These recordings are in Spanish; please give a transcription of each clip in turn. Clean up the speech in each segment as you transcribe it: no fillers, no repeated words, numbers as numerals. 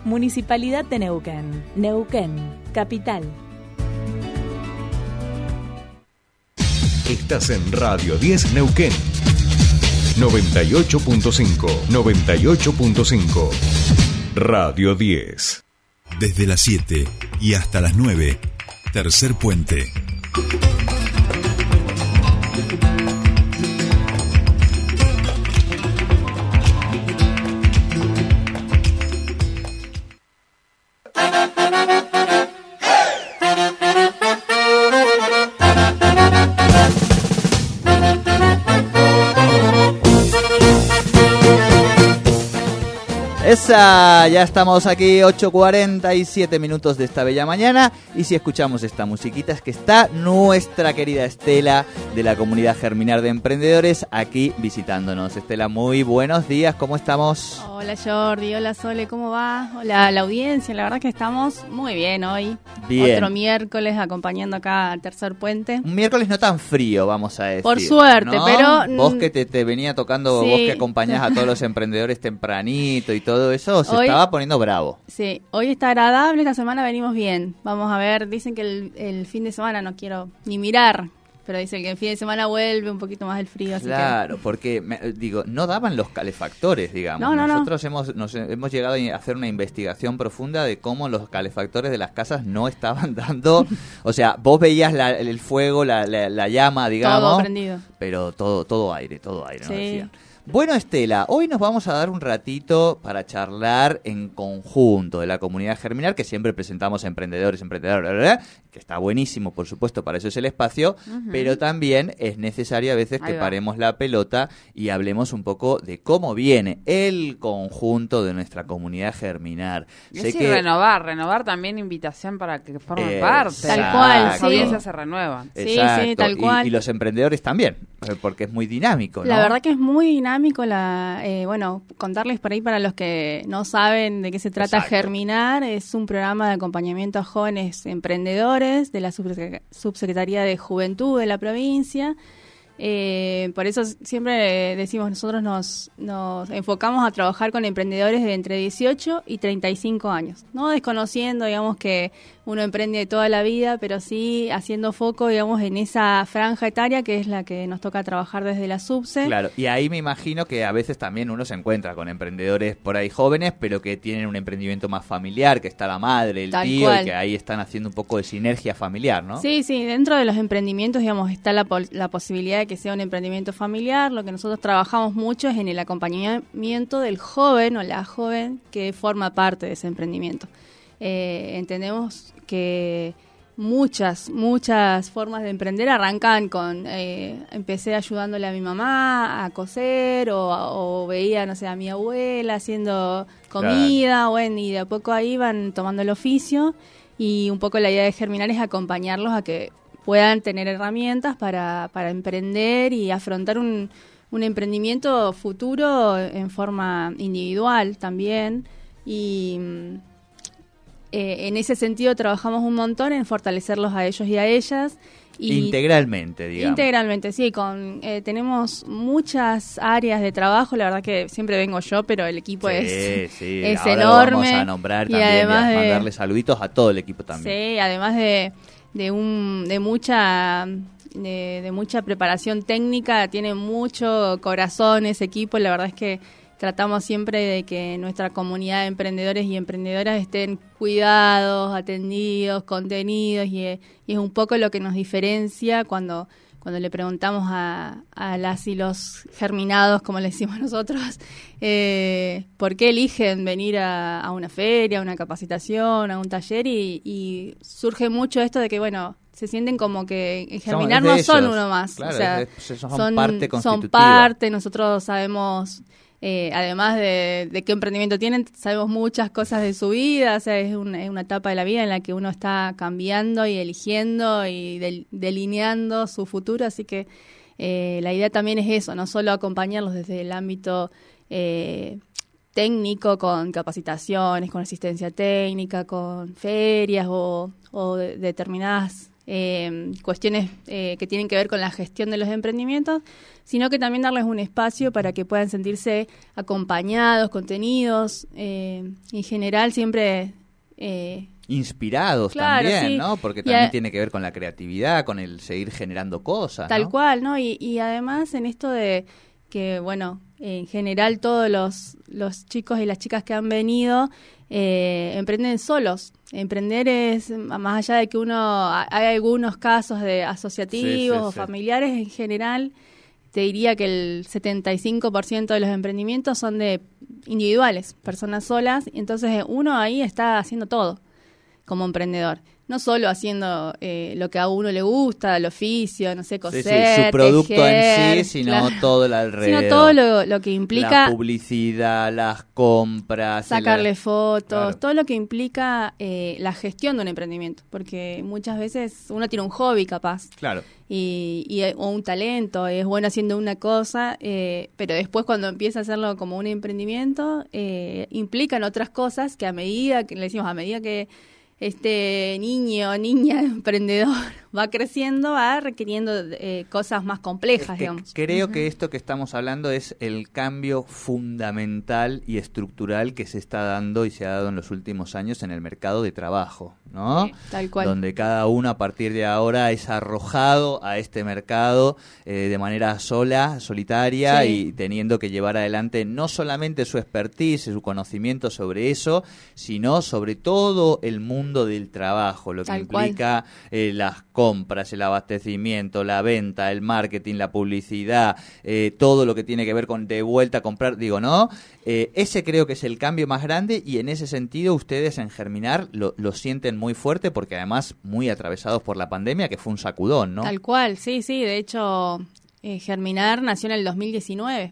Municipalidad de Neuquén. Neuquén, capital. Estás en Radio 10 Neuquén. 98.5. 98.5. Radio 10. Desde las 7 y hasta las 9. Tercer puente. Ya estamos aquí, 8:47 minutos de esta bella mañana, y si escuchamos esta musiquita es que está nuestra querida Estela de la Comunidad Germinar de Emprendedores aquí visitándonos. Estela, muy buenos días, ¿cómo estamos? Hola Jordi, hola Sole, ¿cómo va? Hola la audiencia, la verdad que estamos muy bien hoy. Bien. Otro miércoles acompañando acá al Tercer Puente. Un miércoles no tan frío, vamos a decir. Por suerte, ¿no? pero... Vos que te venía tocando, sí. Vos que acompañás a todos los emprendedores tempranito y todo eso, se estaba poniendo bravo. Sí, hoy está agradable, esta semana venimos bien. Vamos a ver, dicen que el fin de semana no quiero ni mirar, pero dicen que el fin de semana vuelve un poquito más el frío. Así claro, porque, no daban los calefactores, digamos. No. Nosotros hemos llegado a hacer una investigación profunda de cómo los calefactores de las casas no estaban dando... O sea, vos veías el fuego, la llama, digamos. Todo prendido. Pero todo aire, sí. Nos decían. Bueno, Estela, hoy nos vamos a dar un ratito para charlar en conjunto de la Comunidad Germinar, que siempre presentamos emprendedores, ¿verdad? Que está buenísimo, por supuesto, para eso es el espacio, pero también es necesario a veces que paremos la pelota y hablemos un poco de cómo viene el conjunto de nuestra Comunidad Germinar. Renovar también invitación para que formen parte. Tal cual, las audiencias se renuevan. Sí, tal cual. Y los emprendedores también, porque es muy dinámico, ¿no? La verdad que es muy dinámico. Contarles por ahí para los que no saben de qué se trata. Exacto. Germinar es un programa de acompañamiento a jóvenes emprendedores de la Subsecretaría de Juventud de la provincia. Por eso siempre decimos, nosotros nos enfocamos a trabajar con emprendedores de entre 18 y 35 años, no desconociendo, digamos, que uno emprende toda la vida, pero sí haciendo foco, digamos, en esa franja etaria que es la que nos toca trabajar desde la Subse. Claro, y ahí me imagino que a veces también uno se encuentra con emprendedores por ahí jóvenes, pero que tienen un emprendimiento más familiar, que está la madre, el tío, y que ahí están haciendo un poco de sinergia familiar, ¿no? Sí, dentro de los emprendimientos, digamos, está la posibilidad de que sea un emprendimiento familiar. Lo que nosotros trabajamos mucho es en el acompañamiento del joven o la joven que forma parte de ese emprendimiento. Entendemos que muchas formas de emprender arrancan con empecé ayudándole a mi mamá a coser o veía, no sé, a mi abuela haciendo comida, claro. Y de a poco ahí van tomando el oficio, y un poco la idea de Germinar es acompañarlos a que puedan tener herramientas para emprender y afrontar un emprendimiento futuro en forma individual también. Y en ese sentido trabajamos un montón en fortalecerlos a ellos y a ellas. Integralmente, digamos. Integralmente, sí. Tenemos muchas áreas de trabajo. La verdad que siempre vengo yo, pero el equipo es ahora enorme. Lo vamos a nombrar y también, además y a mandarle saluditos a todo el equipo también. Sí, además de mucha preparación técnica, tiene mucho corazón ese equipo. La verdad es que tratamos siempre de que nuestra comunidad de emprendedores y emprendedoras estén cuidados, atendidos, contenidos, y es un poco lo que nos diferencia cuando le preguntamos a las y los germinados, como le decimos nosotros, por qué eligen venir a una feria, a una capacitación, a un taller, y surge mucho esto de que, bueno, se sienten como que en Germinar no son uno más. Claro, o sea, son parte constitutiva. Son parte, nosotros sabemos, además de qué emprendimiento tienen, sabemos muchas cosas de su vida. O sea, es una etapa de la vida en la que uno está cambiando y eligiendo y delineando su futuro, así que la idea también es eso, no solo acompañarlos desde el ámbito técnico, con capacitaciones, con asistencia técnica, con ferias o determinadas cuestiones que tienen que ver con la gestión de los emprendimientos, sino que también darles un espacio para que puedan sentirse acompañados, contenidos, en general siempre... inspirados claro, también, sí. ¿no? Porque también tiene que ver con la creatividad, con el seguir generando cosas, Tal ¿no? cual, ¿no? Y además en esto de que, bueno, en general todos los chicos y las chicas que han venido emprenden solos. Emprender es, más allá de que hay algunos casos de asociativos o familiares, en general, te diría que el 75% de los emprendimientos son de individuales, personas solas, y entonces uno ahí está haciendo todo como emprendedor. No solo haciendo lo que a uno le gusta, el oficio, no sé, coser, su producto tejer, en sí, sino claro, todo el alrededor. sino todo lo que implica... La publicidad, las compras. Sacarle fotos, Claro. todo lo que implica la gestión de un emprendimiento. Porque muchas veces uno tiene un hobby capaz. Claro. O un talento, es bueno haciendo una cosa, pero después cuando empieza a hacerlo como un emprendimiento, implican otras cosas que a medida que este niño o niña emprendedor va creciendo, va requiriendo cosas más complejas, digamos. Creo que esto que estamos hablando es el cambio fundamental y estructural que se está dando y se ha dado en los últimos años en el mercado de trabajo, ¿no? Sí, tal cual. Donde cada uno a partir de ahora es arrojado a este mercado de manera solitaria, Sí. y teniendo que llevar adelante no solamente su expertise, su conocimiento sobre eso, sino sobre todo el mundo del trabajo, lo que Tal cual. implica las compras, el abastecimiento, la venta, el marketing, la publicidad, todo lo que tiene que ver con de vuelta a comprar, ¿no? Ese creo que es el cambio más grande, y en ese sentido ustedes en Germinar lo sienten muy fuerte, porque además muy atravesados por la pandemia, que fue un sacudón, ¿no? Tal cual, sí, de hecho Germinar nació en el 2019.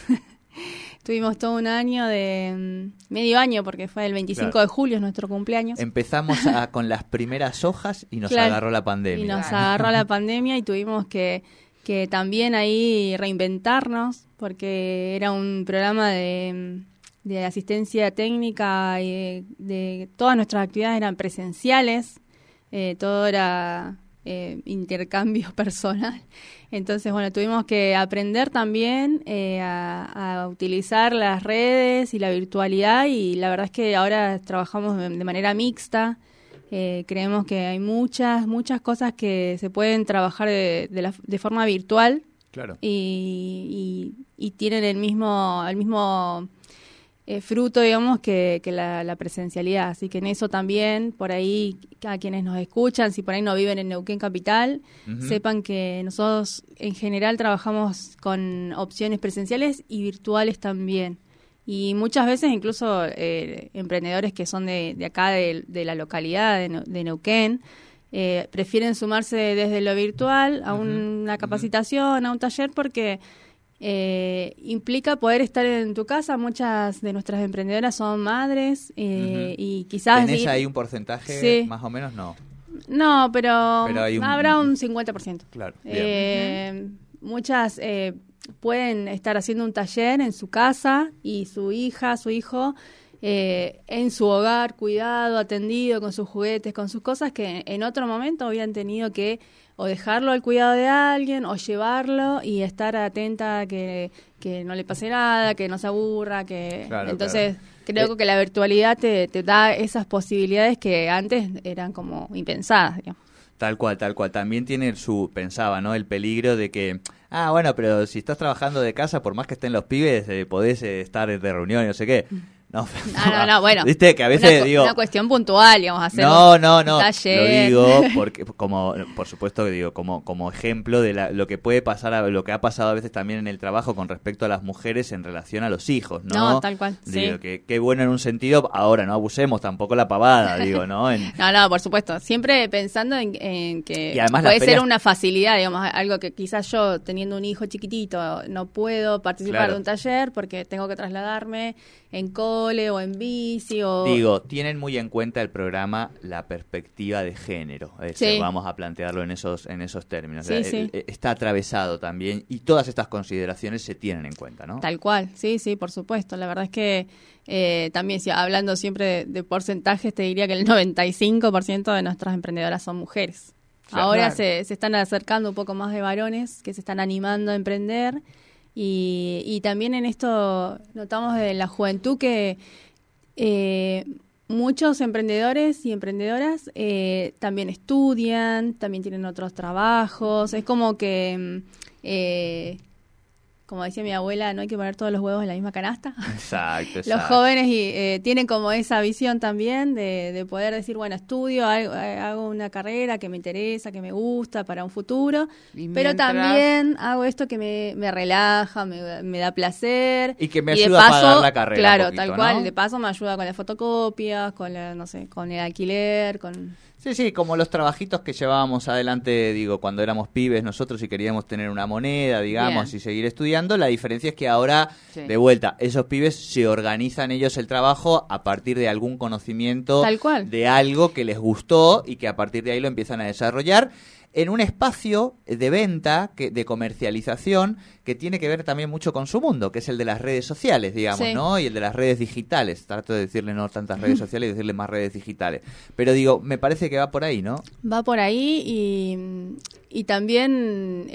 Tuvimos todo un año medio año, porque fue el 25 Claro. de julio, es nuestro cumpleaños. Empezamos con las primeras hojas y nos Claro. agarró la pandemia. Y nos agarró la pandemia y tuvimos que también ahí reinventarnos, porque era un programa de asistencia técnica y de todas nuestras actividades eran presenciales, todo era intercambio personal. Entonces, bueno, tuvimos que aprender también a utilizar las redes y la virtualidad, y la verdad es que ahora trabajamos de manera mixta. Creemos que hay muchas cosas que se pueden trabajar de forma virtual. Claro. Y tienen el mismo fruto, digamos, que la presencialidad. Así que en eso también, por ahí, a quienes nos escuchan, si por ahí no viven en Neuquén Capital, sepan que nosotros en general trabajamos con opciones presenciales y virtuales también. Y muchas veces incluso emprendedores que son de acá, de la localidad de Neuquén, prefieren sumarse desde lo virtual a una capacitación, a un taller, porque implica poder estar en tu casa. Muchas de nuestras emprendedoras son madres y quizás... ¿Tenés ahí un porcentaje Sí. más o menos? No. No, pero hay habrá un 50%. Claro. Bien. Muchas pueden estar haciendo un taller en su casa y su hija, su hijo, en su hogar, cuidado, atendido, con sus juguetes, con sus cosas, que en otro momento hubieran tenido que o dejarlo al cuidado de alguien o llevarlo y estar atenta a que no le pase nada, que no se aburra, que Claro, entonces claro. creo que la virtualidad te da esas posibilidades que antes eran como impensadas, digamos. Tal cual. También tiene pensaba, ¿no? El peligro de que, bueno, pero si estás trabajando de casa, por más que estén los pibes, podés estar de reunión y no sé qué. No, bueno. Viste que a veces una cuestión puntual, digamos, hacer no, un taller. lo digo porque por supuesto que digo como ejemplo de lo que puede pasar, lo que ha pasado a veces también en el trabajo con respecto a las mujeres en relación a los hijos, ¿no? No, tal cual, Digo, sí. que bueno en un sentido, ahora no abusemos tampoco la pavada, digo, ¿no? No, por supuesto, siempre pensando en que Y además puede las ser ferias- una facilidad, digamos, algo que quizás yo, teniendo un hijo chiquitito, no puedo participar Claro. de un taller porque tengo que trasladarme en cole o en bici o... Digo, tienen muy en cuenta el programa la perspectiva de género. Es decir, Sí. vamos a plantearlo en esos términos. Sí, O sea, sí. Está atravesado también y todas estas consideraciones se tienen en cuenta, ¿no? Tal cual, sí, por supuesto. La verdad es que también, hablando siempre de porcentajes, te diría que el 95% de nuestras emprendedoras son mujeres. Ahora Claro. se están acercando un poco más de varones que se están animando a emprender y también en esto notamos de la juventud que muchos emprendedores y emprendedoras también estudian, también tienen otros trabajos. Es como que, como decía mi abuela, no hay que poner todos los huevos en la misma canasta. Exacto, exacto. Los jóvenes tienen como esa visión también de poder decir, bueno, estudio, hago una carrera que me interesa, que me gusta para un futuro, Y pero mientras- también hago esto que me relaja, me da placer. Y que me de ayuda a pagar la carrera Claro, un poquito, tal cual. ¿no? De paso me ayuda con las fotocopias, con no sé, con el alquiler, con... Sí, como los trabajitos que llevábamos adelante, digo, cuando éramos pibes nosotros y queríamos tener una moneda, digamos, Bien. y seguir estudiando. La diferencia es que ahora, Sí. de vuelta, esos pibes se organizan ellos el trabajo a partir de algún conocimiento Tal cual. de algo que les gustó y que a partir de ahí lo empiezan a desarrollar en un espacio de venta, de comercialización, que tiene que ver también mucho con su mundo, que es el de las redes sociales, digamos, Sí. ¿no? Y el de las redes digitales. Trato de decirle no tantas redes sociales y decirle más redes digitales. Pero digo, me parece que va por ahí, ¿no? Va por ahí y también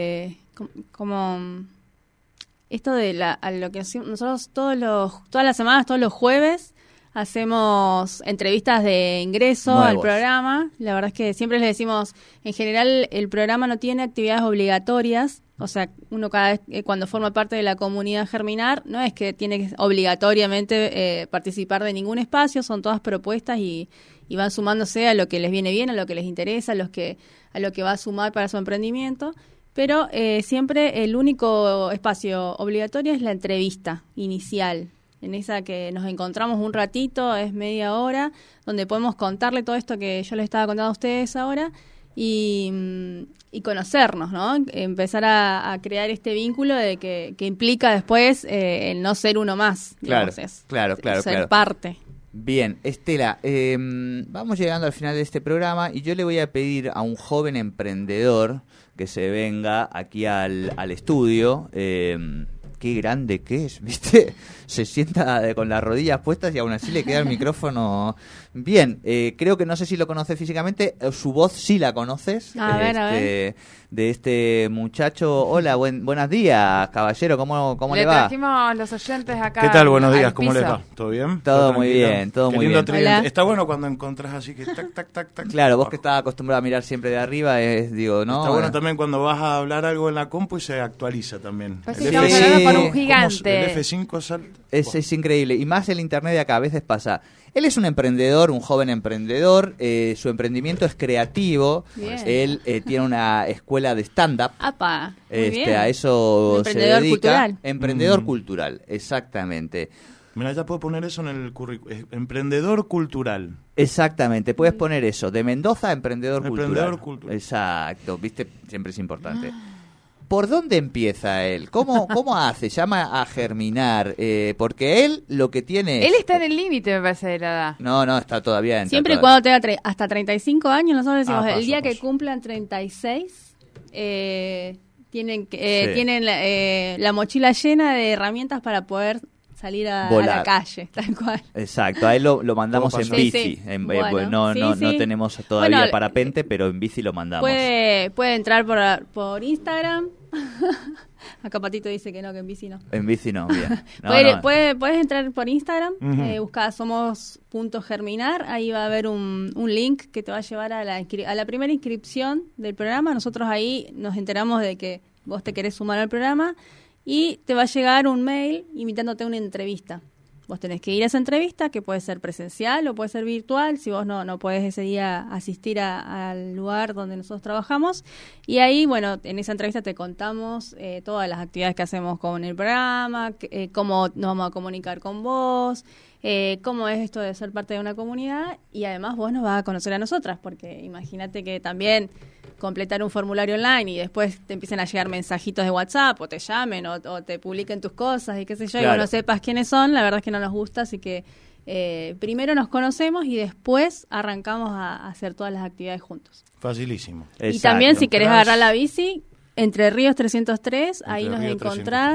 como esto de a lo que hacemos nosotros todas las semanas, todos los jueves hacemos entrevistas de ingreso al Nuevos. programa. La verdad es que siempre les decimos, en general el programa no tiene actividades obligatorias. O sea, uno cada vez cuando forma parte de la comunidad Germinar, no es que tiene que obligatoriamente participar de ningún espacio, son todas propuestas y van sumándose a lo que les viene bien, a lo que les interesa, a lo que va a sumar para su emprendimiento. Pero siempre el único espacio obligatorio es la entrevista inicial, en esa que nos encontramos un ratito, es media hora, donde podemos contarle todo esto que yo les estaba contando a ustedes ahora y conocernos, ¿no? Empezar a crear este vínculo de que implica después el no ser uno más. Claro, digamos, claro, ser claro. parte. Bien, Estela, vamos llegando al final de este programa y yo le voy a pedir a un joven emprendedor que se venga aquí al estudio. Qué grande que es, ¿viste? Se sienta con las rodillas puestas y aún así le queda el micrófono bien. Creo que no sé si lo conoces físicamente, su voz sí la conoces. A ver. De este muchacho. Hola, buenos días, caballero, ¿cómo le va? trajimos los oyentes acá. ¿Qué tal? Buenos al días, ¿cómo les piso. va? ¿Todo bien? Todo muy tranquilo? bien, todo Qué muy lindo bien. tridente. Hola. Está bueno cuando encontrás así que tac, tac, tac, tac. Claro, vos abajo. que estás acostumbrado a mirar siempre de arriba, digo, ¿no? Está bueno también cuando vas a hablar algo en la compu y se actualiza también. Parece que que estamos F5 hablando con un ¿cómo se- gigante. El F5 salta. Es increíble. Y más el internet de acá, a veces pasa. Él es un emprendedor, un joven emprendedor. Su emprendimiento es creativo. Bien. Él tiene una escuela de stand-up. ¡Apa! Muy bien. A eso Un se emprendedor dedica. cultural. Emprendedor cultural, exactamente. Mira, ya puedo poner eso en el currículum. Emprendedor cultural. Exactamente, puedes poner eso. De Mendoza a emprendedor Emprendedor cultural. cultural. Exacto, viste, siempre es importante. ¿Por dónde empieza él? ¿Cómo hace? Llama a Germinar. Porque él lo que tiene es... Él está en el límite, me parece, de la edad. No, está todavía en... Siempre y cuando tenga hasta 35 años, nosotros decimos, paso, el día que paso. cumplan 36, tienen Sí. la mochila llena de herramientas para poder salir a Volar. la calle, tal cual. Exacto, a él lo mandamos en Todo pasó. bici. Sí, sí. Bueno, Bueno, no sí. tenemos todavía Bueno, parapente, pero en bici lo mandamos. Puede entrar por Instagram. Acá Patito dice que no, que en bici no. En bici no, bien. No, Puedes entrar por Instagram, Ujú. busca somos.germinar, ahí va a haber un link que te va a llevar a la primera inscripción del programa. Nosotros ahí nos enteramos de que vos te querés sumar al programa y te va a llegar un mail invitándote a una entrevista. Vos tenés que ir a esa entrevista, que puede ser presencial o puede ser virtual, si vos no podés ese día asistir al lugar donde nosotros trabajamos. Y ahí, bueno, en esa entrevista te contamos todas las actividades que hacemos con el programa, cómo nos vamos a comunicar con vos, cómo es esto de ser parte de una comunidad, y además vos nos vas a conocer a nosotras, porque imagínate que también completar un formulario online y después te empiecen a llegar mensajitos de WhatsApp o te llamen o te publiquen tus cosas y qué sé yo, y Claro. vos no sepas quiénes son, la verdad es que no nos gusta, así que primero nos conocemos y después arrancamos a hacer todas las actividades juntos. Facilísimo. Y también si querés Entrás- agarrar la bici, Entre Ríos 303, ahí Entre nos Ríos encontrás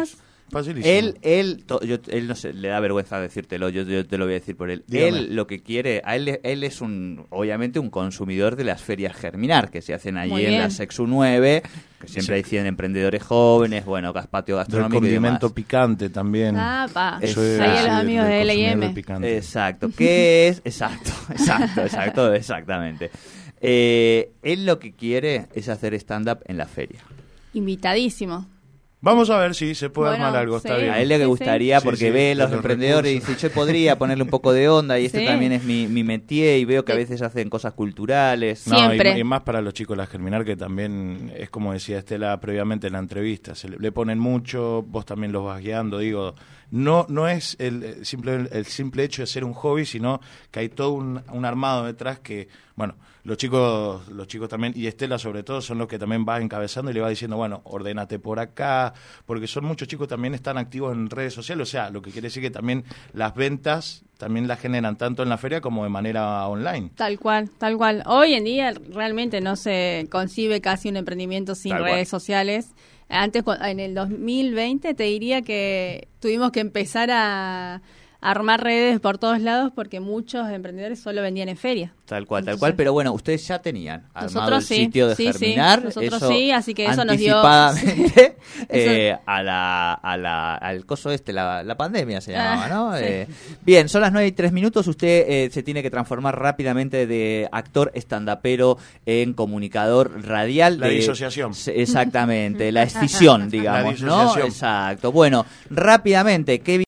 Facilísimo. Él no sé, le da vergüenza decírtelo, yo te lo voy a decir por él. Dígame. Él lo que quiere, él es obviamente un consumidor de las ferias Germinar, que se hacen allí Muy en la bien. Sexu 9, que siempre Sí. hay emprendedores jóvenes, bueno, patio Del gastronómico y condimento demás. picante también. Ah, pa. Eso Ahí es a así, los amigos de del L&M. consumidor picante. Exacto, ¿qué es? Exactamente. Él lo que quiere es hacer stand-up en la feria. Invitadísimo. Vamos a ver si se puede Bueno, armar algo, está sí. bien. A él le Sí, gustaría, sí. porque Sí, sí, ve de los los emprendedores y recursos. dice, yo podría ponerle un poco de onda y este Sí. también es mi métier y veo que a Sí. veces hacen cosas culturales. No, Siempre. y más para los chicos de la Germinar, que también es como decía Estela previamente en la entrevista, le ponen mucho, vos también los vas guiando, digo, no es el simple hecho de ser un hobby, sino que hay todo un armado detrás que, bueno, los chicos también, y Estela sobre todo, son los que también va encabezando y le va diciendo, bueno, ordénate por acá, porque son muchos chicos también están activos en redes sociales, o sea, lo que quiere decir que también las ventas también las generan tanto en la feria como de manera online. Tal cual, tal cual. Hoy en día realmente no se concibe casi un emprendimiento sin Tal redes cual. sociales. Antes, en el 2020, te diría que tuvimos que empezar a armar redes por todos lados porque muchos emprendedores solo vendían en feria. Tal cual, Entonces, pero bueno, ustedes ya tenían armado Nosotros el sí, sitio de sí, sí, Germinar. nosotros eso sí, así que eso nos dio- anticipadamente, Eso- al coso la pandemia se llamaba, ¿no? sí. Bien, son las 9:03. Usted se tiene que transformar rápidamente de actor estandapero en comunicador radial. La disociación. Exactamente, la escisión, digamos, ¿no? disociación. Exacto. Bueno, rápidamente, ¿qué